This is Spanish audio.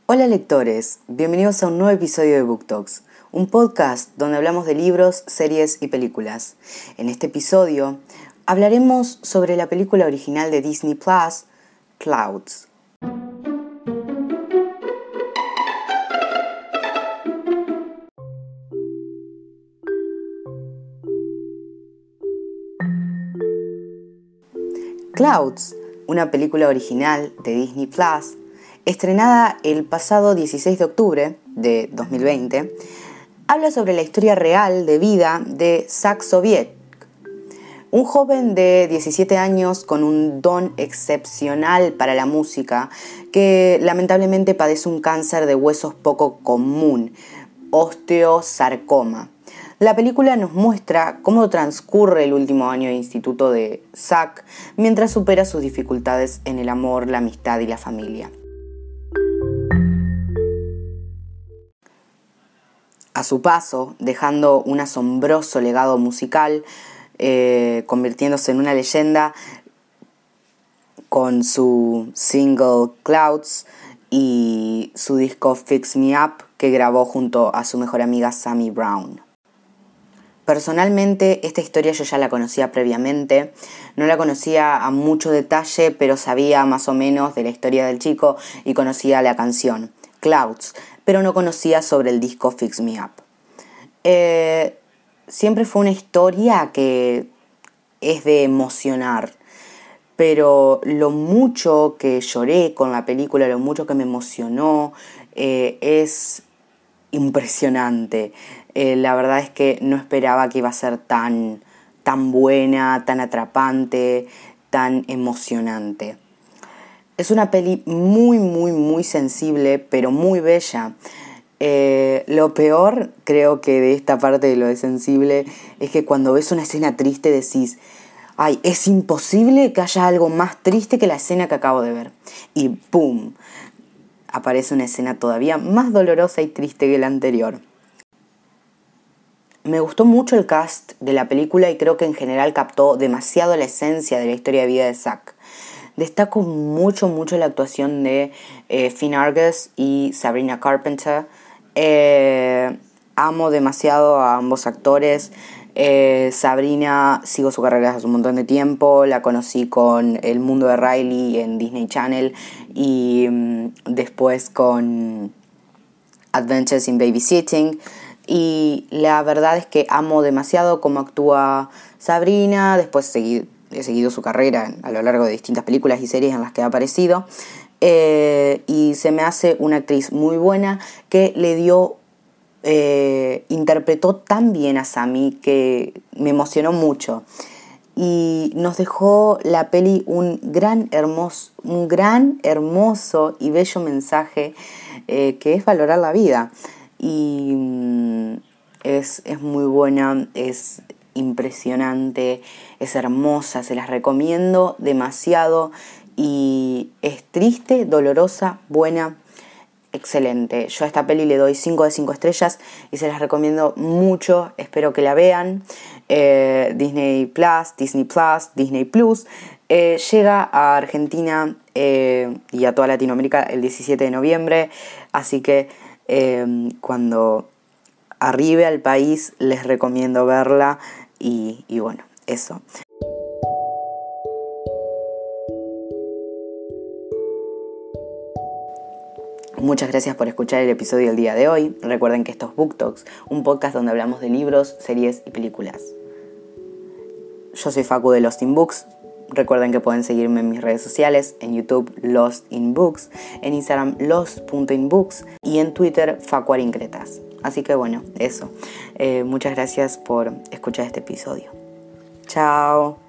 Hola lectores, bienvenidos a un nuevo episodio de Book Talks, un podcast donde hablamos de libros, series y películas. En este episodio hablaremos sobre la película original de Disney Plus, Clouds. Clouds, una película original de Disney Plus, estrenada el pasado 16 de octubre de 2020, habla sobre la historia real de vida de Zach Sobiech, un joven de 17 años con un don excepcional para la música que lamentablemente padece un cáncer de huesos poco común, osteosarcoma. La película nos muestra cómo transcurre el último año de instituto de Zach mientras supera sus dificultades en el amor, la amistad y la familia. A su paso, dejando un asombroso legado musical, convirtiéndose en una leyenda con su single Clouds y su disco Fix Me Up que grabó junto a su mejor amiga Sammy Brown. Personalmente esta historia yo ya la conocía previamente, no la conocía a mucho detalle, pero sabía más o menos de la historia del chico y conocía la canción Clouds, pero no conocía sobre el disco Fix Me Up. Siempre fue una historia que es de emocionar, pero lo mucho que lloré con la película, lo mucho que me emocionó, es impresionante. La verdad es que no esperaba que iba a ser tan buena, tan atrapante, tan emocionante. Es una peli muy sensible, pero muy bella. Lo peor, creo que de esta parte de lo de sensible, es que cuando ves una escena triste decís, ay, es imposible que haya algo más triste que la escena que acabo de ver. Y ¡pum! Aparece una escena todavía más dolorosa y triste que la anterior. Me gustó mucho el cast de la película y creo que en general captó demasiado la esencia de la historia de vida de Zach. Destaco mucho la actuación de Finn Argus y Sabrina Carpenter. Amo demasiado a ambos actores. Sabrina, sigo su carrera hace un montón de tiempo. La conocí con El Mundo de Riley en Disney Channel y después con Adventures in Babysitting. Y la verdad es que amo demasiado cómo actúa Sabrina. Después he seguido su carrera a lo largo de distintas películas y series en las que ha aparecido. Y se me hace una actriz muy buena que interpretó tan bien a Sammy que me emocionó mucho. Y nos dejó la peli un gran, hermoso y bello mensaje que es valorar la vida. Y es muy buena, es impresionante, es hermosa, se las recomiendo demasiado y es triste, dolorosa, buena, excelente. Yo a esta peli le doy 5 de 5 estrellas y se las recomiendo mucho, espero que la vean. Disney Plus llega a Argentina y a toda Latinoamérica el 17 de noviembre, así que cuando arribe al país les recomiendo verla y bueno, eso. Muchas gracias por escuchar el episodio del día de hoy. Recuerden que esto es Book Talks, un podcast donde hablamos de libros, series y películas. Yo soy Facu de Lost in Books. Recuerden que pueden seguirme en mis redes sociales, en YouTube Lost in Books, en Instagram lost.inbooks y en Twitter Facuarincretas. Así que bueno, eso. Muchas gracias por escuchar este episodio. Chao.